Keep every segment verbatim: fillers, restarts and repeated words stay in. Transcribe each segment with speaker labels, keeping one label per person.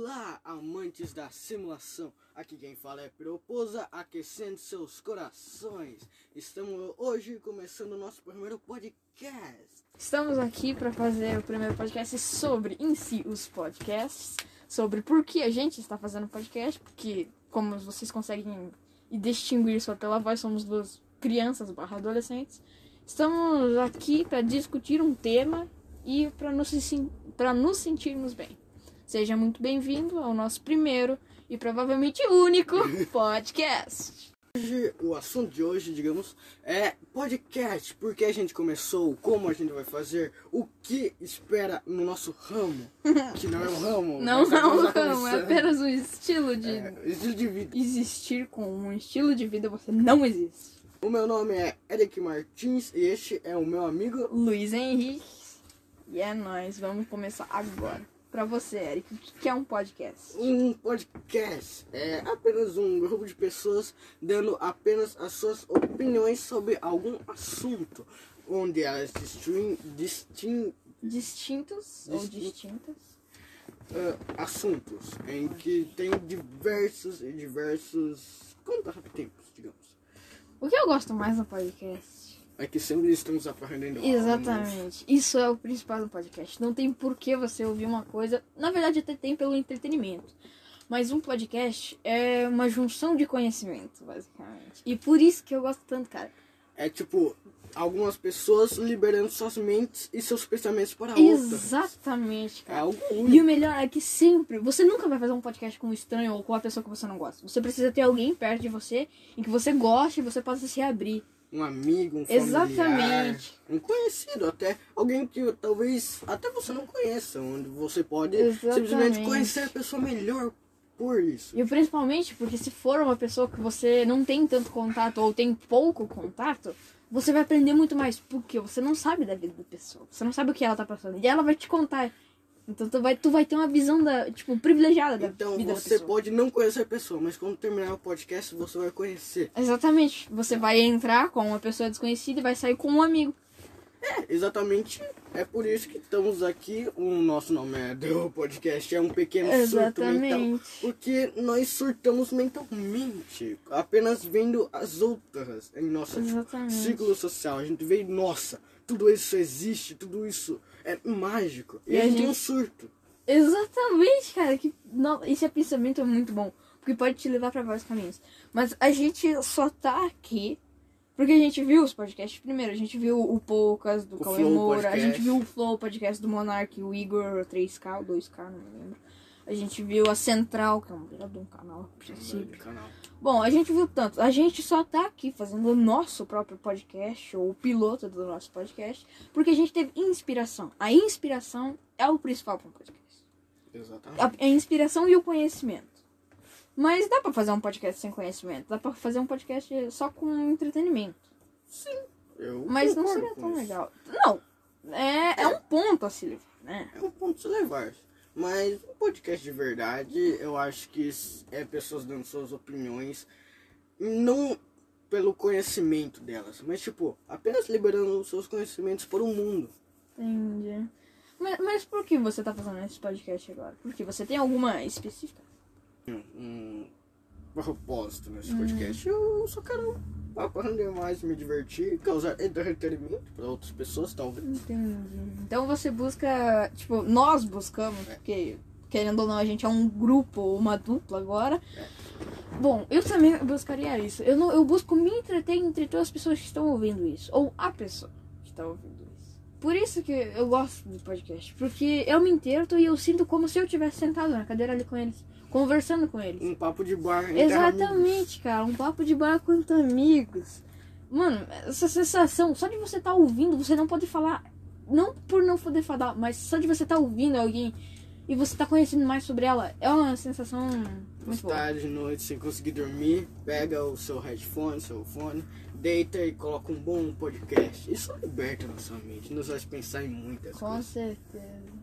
Speaker 1: Olá, amantes da simulação. Aqui quem fala é Proposa, aquecendo seus corações. Estamos hoje começando o nosso primeiro podcast.
Speaker 2: Estamos aqui para fazer o primeiro podcast sobre, em si, os podcasts. Sobre por que a gente está fazendo podcast. Porque, como vocês conseguem distinguir só pela voz, somos duas crianças barra adolescentes. Estamos aqui para discutir um tema e para nos, para nos sentirmos bem. Seja muito bem-vindo ao nosso primeiro e provavelmente único podcast.
Speaker 1: Hoje, o assunto de hoje, digamos, é podcast. Por que a gente começou, como a gente vai fazer, o que espera no nosso ramo. Que não é um ramo.
Speaker 2: Não é um ramo, é apenas um estilo de...
Speaker 1: É, estilo de vida.
Speaker 2: Existir com um estilo de vida você não existe.
Speaker 1: O meu nome é Eric Martins e este é o meu amigo
Speaker 2: Luiz Henrique. E é nóis, vamos começar agora. Pra você, Eric, o que é um podcast?
Speaker 1: Um podcast é apenas um grupo de pessoas dando apenas as suas opiniões sobre algum assunto, onde elas distinguem distin...
Speaker 2: distintos ou distintas
Speaker 1: uh, assuntos em que tem diversos e diversos contratempos, digamos.
Speaker 2: O que eu gosto mais do podcast?
Speaker 1: É que sempre estamos aprendendo algo.
Speaker 2: Exatamente. Isso é o principal do podcast. Não tem por que você ouvir uma coisa. Na verdade, até tem pelo entretenimento. Mas um podcast é uma junção de conhecimento, basicamente. E por isso que eu gosto tanto, cara.
Speaker 1: É tipo, algumas pessoas liberando suas mentes e seus pensamentos para outras.
Speaker 2: Exatamente, cara.
Speaker 1: É algo
Speaker 2: E
Speaker 1: único.
Speaker 2: o melhor é que sempre... Você nunca vai fazer um podcast com um estranho ou com uma pessoa que você não gosta. Você precisa ter alguém perto de você em que você goste e você possa se abrir.
Speaker 1: Um amigo, um familiar,
Speaker 2: Exatamente.
Speaker 1: um conhecido, até alguém que talvez até você não conheça, onde você pode
Speaker 2: Exatamente.
Speaker 1: simplesmente conhecer a pessoa melhor por isso.
Speaker 2: E principalmente porque se for uma pessoa que você não tem tanto contato ou tem pouco contato, você vai aprender muito mais, porque você não sabe da vida da pessoa, você não sabe o que ela tá passando, e ela vai te contar. Então tu vai, tu vai ter uma visão da, tipo, privilegiada da
Speaker 1: Então
Speaker 2: vida da
Speaker 1: você
Speaker 2: pessoa.
Speaker 1: pode não conhecer a pessoa, mas quando terminar o podcast você vai conhecer.
Speaker 2: Exatamente. Você vai entrar com uma pessoa desconhecida e vai sair com um amigo.
Speaker 1: É, exatamente. É por isso que estamos aqui. O nosso nome é do podcast, é um pequeno surto mental.
Speaker 2: Exatamente.
Speaker 1: Porque nós surtamos mentalmente, apenas vendo as outras em nosso tipo,
Speaker 2: Exatamente.
Speaker 1: círculo social. A gente vê, nossa, tudo isso existe, tudo isso é mágico. E,
Speaker 2: E
Speaker 1: a
Speaker 2: a
Speaker 1: gente tem
Speaker 2: gente-
Speaker 1: um surto.
Speaker 2: Exatamente, cara. Que, não, esse pensamento é muito bom. Porque pode te levar pra vários caminhos. Mas a gente só tá aqui porque a gente viu os podcasts primeiro. A gente viu o Poucas, do
Speaker 1: O
Speaker 2: Cauê
Speaker 1: Flow
Speaker 2: Moura. A
Speaker 1: Podcast.
Speaker 2: gente viu o Flow Podcast do Monark, o Igor três K, ou dois K, não me lembro. A gente viu a Central, que é um de um canal a princípio.
Speaker 1: Canal.
Speaker 2: Bom, a gente viu tanto. A gente só tá aqui fazendo o nosso próprio podcast, ou o piloto do nosso podcast, porque a gente teve inspiração. A inspiração é o principal para um podcast.
Speaker 1: Exatamente.
Speaker 2: A, a inspiração e o conhecimento. Mas dá pra fazer um podcast sem conhecimento. Dá pra fazer um podcast só com entretenimento.
Speaker 1: Eu
Speaker 2: Mas não
Speaker 1: concordo
Speaker 2: seria
Speaker 1: com
Speaker 2: tão
Speaker 1: isso.
Speaker 2: legal. Não. É, é um ponto a se levar, né?
Speaker 1: É um ponto de se levar. Mas um podcast de verdade, eu acho que é pessoas dando suas opiniões, não pelo conhecimento delas, mas tipo, apenas liberando os seus conhecimentos para o mundo.
Speaker 2: Entendi. Mas, mas por que você tá fazendo esse podcast agora? Porque você tem alguma específica?
Speaker 1: Um, um propósito nesse podcast. Eu só quero aprender mais, me divertir, causar entretenimento para outras pessoas, talvez.
Speaker 2: Entendi. Então você busca, tipo, nós buscamos, porque querendo ou não a gente é um grupo, uma dupla agora. Bom, eu também buscaria isso. Eu, não, eu busco me entreter entre todas as pessoas que estão ouvindo isso. Ou a pessoa que está ouvindo isso. Por isso que eu gosto do podcast. Porque eu me entero e eu sinto como se eu tivesse sentado na cadeira ali com eles. Conversando com eles.
Speaker 1: Um papo de bar entre
Speaker 2: Exatamente,
Speaker 1: amigos.
Speaker 2: cara. Um papo de bar com amigos. Mano, essa sensação, só de você estar ouvindo, você não pode falar. Não por não poder falar, mas só de você estar ouvindo alguém e você estar conhecendo mais sobre ela, é uma sensação muito
Speaker 1: Você
Speaker 2: boa.
Speaker 1: tá de noite sem conseguir dormir, pega o seu headphone, seu fone, deita e coloca um bom podcast. Isso liberta nossa mente, nos faz pensar em muitas
Speaker 2: Com
Speaker 1: coisas.
Speaker 2: certeza.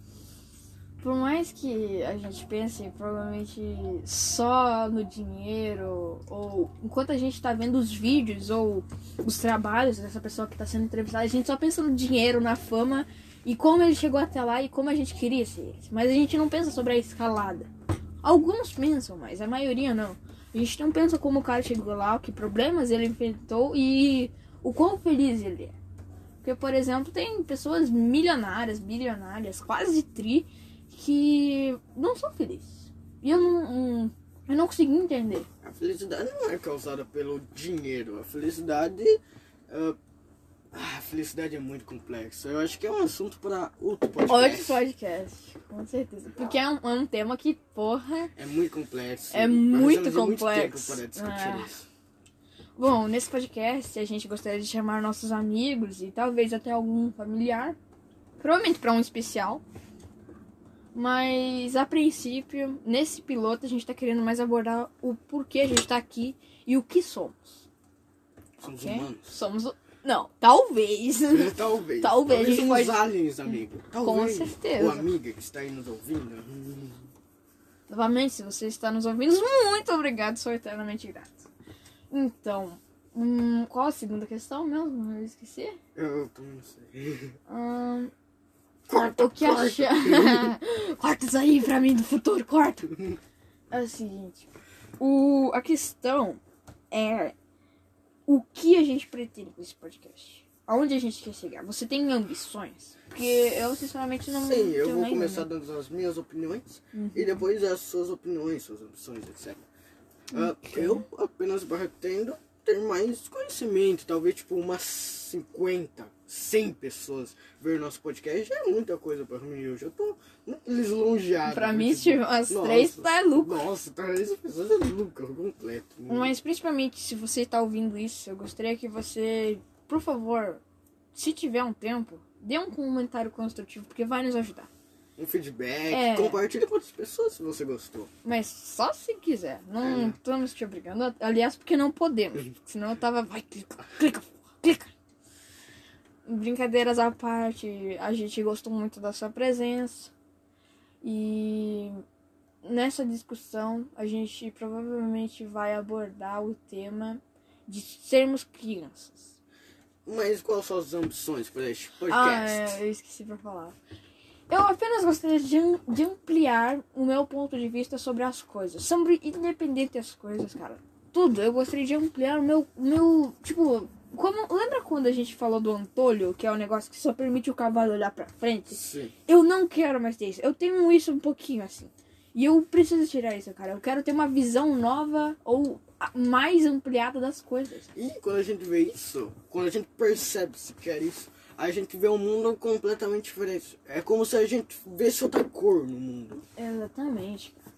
Speaker 2: Por mais que a gente pense provavelmente só no dinheiro, ou enquanto a gente tá vendo os vídeos ou os trabalhos dessa pessoa que tá sendo entrevistada, a gente só pensa no dinheiro, na fama E como ele chegou até lá e como a gente queria ser esse. Mas a gente não pensa sobre a escalada. Alguns pensam, mas a maioria não. A gente não pensa como o cara chegou lá, que problemas ele enfrentou e o quão feliz ele é. Porque, por exemplo, tem pessoas milionárias, bilionárias, quase tri, que não são felizes. E eu não, eu não consegui entender.
Speaker 1: A felicidade não é causada pelo dinheiro. A felicidade... Uh, a felicidade é muito complexa. Eu acho que é um assunto para outro podcast.
Speaker 2: Outro podcast, com certeza. Porque é um, é um tema que, porra...
Speaker 1: É muito complexo.
Speaker 2: É muito complexo.
Speaker 1: Muito tempo para discutir
Speaker 2: é.
Speaker 1: isso.
Speaker 2: Bom, nesse podcast a gente gostaria de chamar nossos amigos e talvez até algum familiar. Provavelmente para um especial. Mas, a princípio, nesse piloto a gente tá querendo mais abordar o porquê a gente tá aqui e o que somos.
Speaker 1: Somos
Speaker 2: okay?
Speaker 1: humanos.
Speaker 2: Somos... Não, talvez.
Speaker 1: talvez.
Speaker 2: Talvez.
Speaker 1: Talvez
Speaker 2: a gente
Speaker 1: somos
Speaker 2: pode...
Speaker 1: aliens, amigo. Talvez.
Speaker 2: Com certeza.
Speaker 1: Ou amiga que está aí nos ouvindo. Hum.
Speaker 2: Novamente, se você está nos ouvindo, muito obrigado, sou eternamente grato. Então, hum, qual a segunda questão mesmo? Eu esqueci.
Speaker 1: Eu também não sei.
Speaker 2: Hum,
Speaker 1: Corta,
Speaker 2: o que
Speaker 1: corta.
Speaker 2: acha? Corta isso aí pra mim do futuro, corta. É o seguinte, o, a questão é o que a gente pretende com esse podcast. Aonde a gente quer chegar? Você tem ambições? Porque eu, sinceramente, não
Speaker 1: Sim,
Speaker 2: tenho
Speaker 1: eu vou
Speaker 2: nem
Speaker 1: começar
Speaker 2: nenhuma.
Speaker 1: dando as minhas opiniões
Speaker 2: Uhum.
Speaker 1: e depois as suas opiniões, suas ambições, etcétera. Ah,
Speaker 2: Ok.
Speaker 1: eu apenas pretendo ter mais conhecimento, talvez tipo umas cinquenta, cem pessoas ver nosso podcast. Já é muita coisa pra mim, eu já tô muito lisonjeado.
Speaker 2: Pra
Speaker 1: muito
Speaker 2: mim, se tiver umas
Speaker 1: Nossa,
Speaker 2: três, tá lucro.
Speaker 1: Nossa, três pessoas é lucro completo.
Speaker 2: Mas principalmente se você está ouvindo isso, eu gostaria que você, por favor, se tiver um tempo, dê um comentário construtivo, porque vai nos ajudar.
Speaker 1: Um feedback,
Speaker 2: É.
Speaker 1: compartilhe com outras pessoas se você gostou.
Speaker 2: Mas só se quiser. Não
Speaker 1: É.
Speaker 2: estamos te obrigando. Aliás, porque não podemos. Senão eu tava. Vai, clica, clica, clica. Brincadeiras à parte, a gente gostou muito da sua presença. E nessa discussão, a gente provavelmente vai abordar o tema de sermos crianças.
Speaker 1: Mas quais são as ambições para este
Speaker 2: Ah,
Speaker 1: podcast?
Speaker 2: é, eu esqueci pra falar. Eu apenas gostaria de, am- de ampliar o meu ponto de vista sobre as coisas. Sobre independente das coisas, cara. Tudo. Eu gostaria de ampliar o meu, meu... Tipo, como, lembra quando a gente falou do antolho, que é o negócio que só permite o cavalo olhar pra frente?
Speaker 1: Sim.
Speaker 2: Eu não quero mais ter isso. Eu tenho isso um pouquinho assim. E eu preciso tirar isso, cara. Eu quero ter uma visão nova ou a- mais ampliada das coisas.
Speaker 1: E quando a gente vê isso, quando a gente percebe se quer isso, a gente vê um mundo completamente diferente. É como se a gente visse outra cor no mundo.
Speaker 2: Exatamente, cara.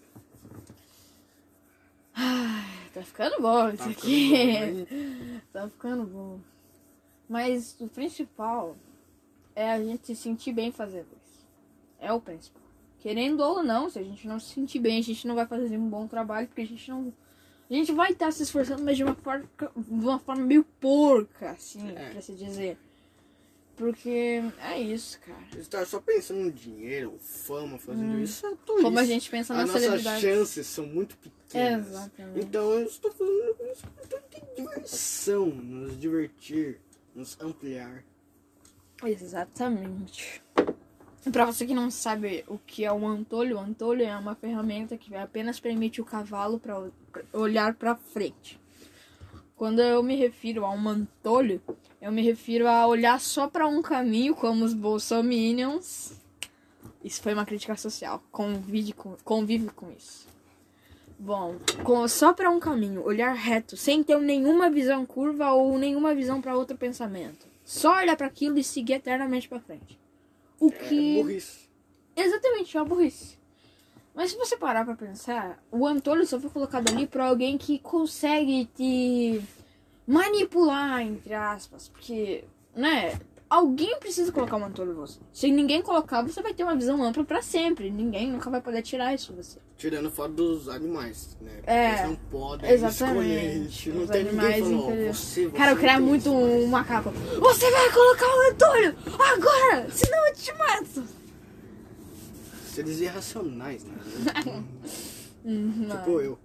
Speaker 2: Ai, tá ficando bom isso
Speaker 1: Tá ficando
Speaker 2: aqui.
Speaker 1: bom, hein?
Speaker 2: Tá ficando bom. Mas o principal é a gente se sentir bem fazendo isso. É o principal. Querendo ou não, se a gente não se sentir bem, a gente não vai fazer um bom trabalho, porque a gente não... A gente vai estar se esforçando, mas de uma forma, de uma forma meio porca, assim,
Speaker 1: É.
Speaker 2: pra se dizer. Porque é isso, cara.
Speaker 1: Você tá só pensando no dinheiro, fama, fazendo
Speaker 2: Hum.
Speaker 1: isso, é tolice.
Speaker 2: Como a gente pensa nas
Speaker 1: As nossas
Speaker 2: celebridades.
Speaker 1: chances são muito pequenas.
Speaker 2: Exatamente.
Speaker 1: Então eu estou fazendo isso com tanta diversão, nos divertir, nos ampliar.
Speaker 2: Exatamente. Pra você que não sabe o que é o antolho, o antolho é uma ferramenta que apenas permite o cavalo para olhar pra frente. Quando eu me refiro a um antolho, eu me refiro a olhar só pra um caminho, como os bolsominions. Isso foi uma crítica social. Convive com, convive com isso. Bom, com, só pra um caminho, olhar reto, sem ter nenhuma visão curva ou nenhuma visão pra outro pensamento. Só olhar pra aquilo e seguir eternamente pra frente. O que...
Speaker 1: É burrice.
Speaker 2: Exatamente, é uma burrice. Mas se você parar pra pensar, o antolho só foi colocado ali pra alguém que consegue te manipular, entre aspas. Porque, né, alguém precisa colocar um antolho em você. Se ninguém colocar, você vai ter uma visão ampla pra sempre. Ninguém nunca vai poder tirar isso de você.
Speaker 1: Tirando fora dos animais, né? Porque
Speaker 2: É,
Speaker 1: eles não podem
Speaker 2: exatamente.
Speaker 1: escolher. Não
Speaker 2: Os
Speaker 1: tem ninguém
Speaker 2: animais,
Speaker 1: falando, ó,
Speaker 2: infeliz-
Speaker 1: você, você
Speaker 2: Cara, eu queria
Speaker 1: não tem
Speaker 2: muito
Speaker 1: isso,
Speaker 2: um
Speaker 1: mas-
Speaker 2: macaco. Você vai colocar o antolho agora, senão eu te mato.
Speaker 1: Seres irracionais, né?
Speaker 2: Uhum,
Speaker 1: Tipo eu.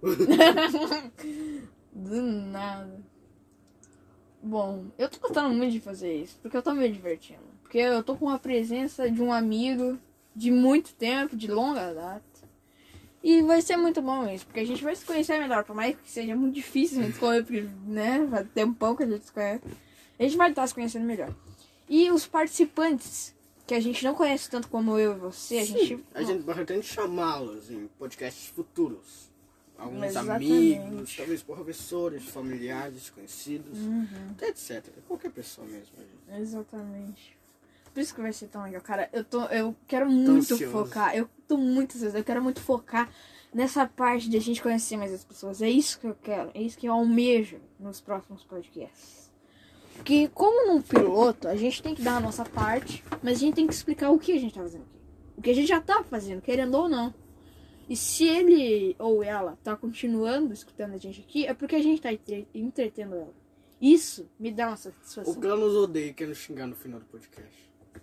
Speaker 2: Do nada. Bom, eu tô gostando muito de fazer isso, porque eu tô me divertindo. Porque eu tô com a presença de um amigo de muito tempo, de longa data. E vai ser muito bom isso, porque a gente vai se conhecer melhor, por mais que seja muito difícil a gente se conhecer, porque, né, vai ter um pão que a gente se conhece. A gente vai estar se conhecendo melhor. E os participantes, que a gente não conhece tanto como eu e você, a
Speaker 1: Sim,
Speaker 2: gente...
Speaker 1: a gente pretende chamá-los em podcasts futuros. Alguns
Speaker 2: Exatamente.
Speaker 1: amigos, talvez professores, familiares, conhecidos,
Speaker 2: Uhum.
Speaker 1: etcétera. Qualquer pessoa mesmo. Gente.
Speaker 2: Exatamente. Por isso que vai ser tão legal, cara. Eu, tô, eu quero muito
Speaker 1: ansioso.
Speaker 2: focar. Eu tô muito ansioso. Eu quero muito focar nessa parte de a gente conhecer mais as pessoas. É isso que eu quero. É isso que eu almejo nos próximos podcasts. Porque como num piloto, a gente tem que dar a nossa parte, mas a gente tem que explicar o que a gente tá fazendo aqui. O que a gente já tá fazendo, querendo ou não. E se ele ou ela tá continuando escutando a gente aqui, é porque a gente tá entre- entretendo ela. Isso me dá uma satisfação.
Speaker 1: O que ela nos odeia e quer nos xingar no final do podcast.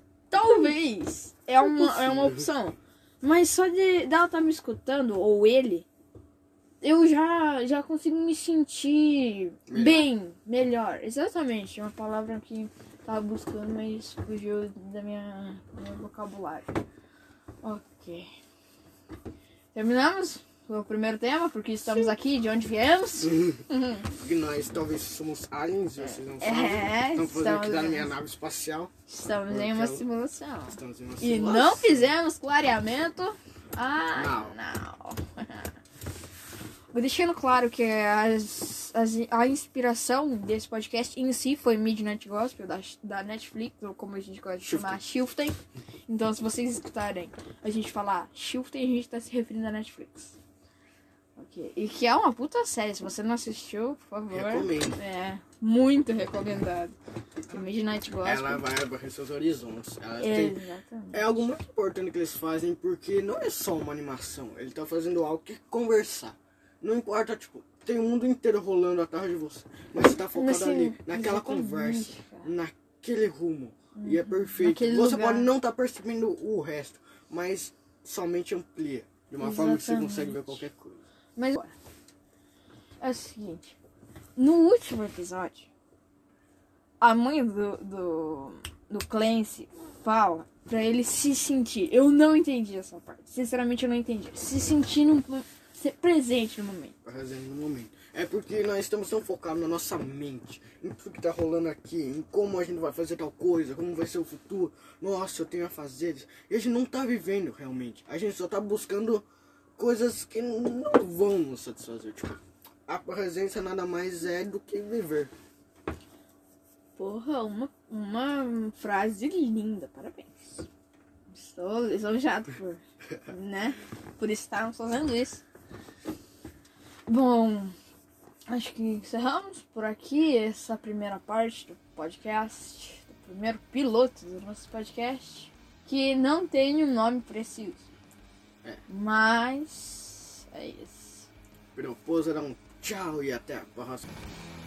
Speaker 2: Talvez é uma, é uma opção. Mas só de dela estar me escutando, ou ele, eu já, já consigo me sentir
Speaker 1: Melhor.
Speaker 2: bem, melhor. Exatamente, uma palavra que tava buscando, mas fugiu da minha, do meu vocabulário. Ok. Terminamos o primeiro tema, porque estamos aqui, de onde viemos.
Speaker 1: Porque nós talvez somos aliens, vocês não sabem.
Speaker 2: É,
Speaker 1: Estamos fazendo aqui
Speaker 2: estamos
Speaker 1: da
Speaker 2: em-
Speaker 1: minha nave espacial.
Speaker 2: Estamos em uma simulação.
Speaker 1: Estamos em uma
Speaker 2: E
Speaker 1: simulação.
Speaker 2: não fizemos clareamento. Ah, não. Deixando claro que as, as, a inspiração desse podcast em si foi Midnight Gospel, da, da Netflix, ou como a gente gosta de chamar, Shiften. Então, se vocês escutarem a gente falar Shiften, a gente tá se referindo à Netflix. Ok. E que é uma puta série. Se você não assistiu, por favor.
Speaker 1: Recomendo.
Speaker 2: É, muito recomendado. Midnight Gospel.
Speaker 1: Ela vai abrir seus horizontes. Ela tem...
Speaker 2: Exatamente.
Speaker 1: É algo muito importante que eles fazem, porque não é só uma animação. Ele tá fazendo algo que conversar. Não importa, tipo, tem o mundo inteiro rolando atrás de você. Mas você tá focado
Speaker 2: Mas, sim,
Speaker 1: ali, naquela
Speaker 2: exatamente,
Speaker 1: conversa,
Speaker 2: cara.
Speaker 1: naquele rumo. E é perfeito.
Speaker 2: naquele
Speaker 1: Você
Speaker 2: lugar.
Speaker 1: pode não estar percebendo o resto, mas somente amplia. De uma forma que você
Speaker 2: Exatamente.
Speaker 1: consegue ver qualquer coisa.
Speaker 2: Mas é o seguinte, no último episódio, a mãe do, do, do Clancy fala pra ele se sentir. Eu não entendi essa parte. Sinceramente, eu não entendi. Se sentir num, ser presente no momento.
Speaker 1: Fazendo no momento. É porque nós estamos tão focados na nossa mente, em tudo que tá rolando aqui, em como a gente vai fazer tal coisa, como vai ser o futuro. Nossa, eu tenho a fazer isso. E a gente não tá vivendo realmente. A gente só tá buscando coisas que não vão nos satisfazer. Tipo, a presença nada mais é do que viver.
Speaker 2: Porra, uma, uma frase linda. Parabéns. Estou lisonjeado por, né, por estarmos fazendo isso. Bom, acho que encerramos por aqui essa primeira parte do podcast, do primeiro piloto do nosso podcast, que não tem um nome preciso.
Speaker 1: É.
Speaker 2: Mas é isso.
Speaker 1: Propôs era um tchau e até a próxima.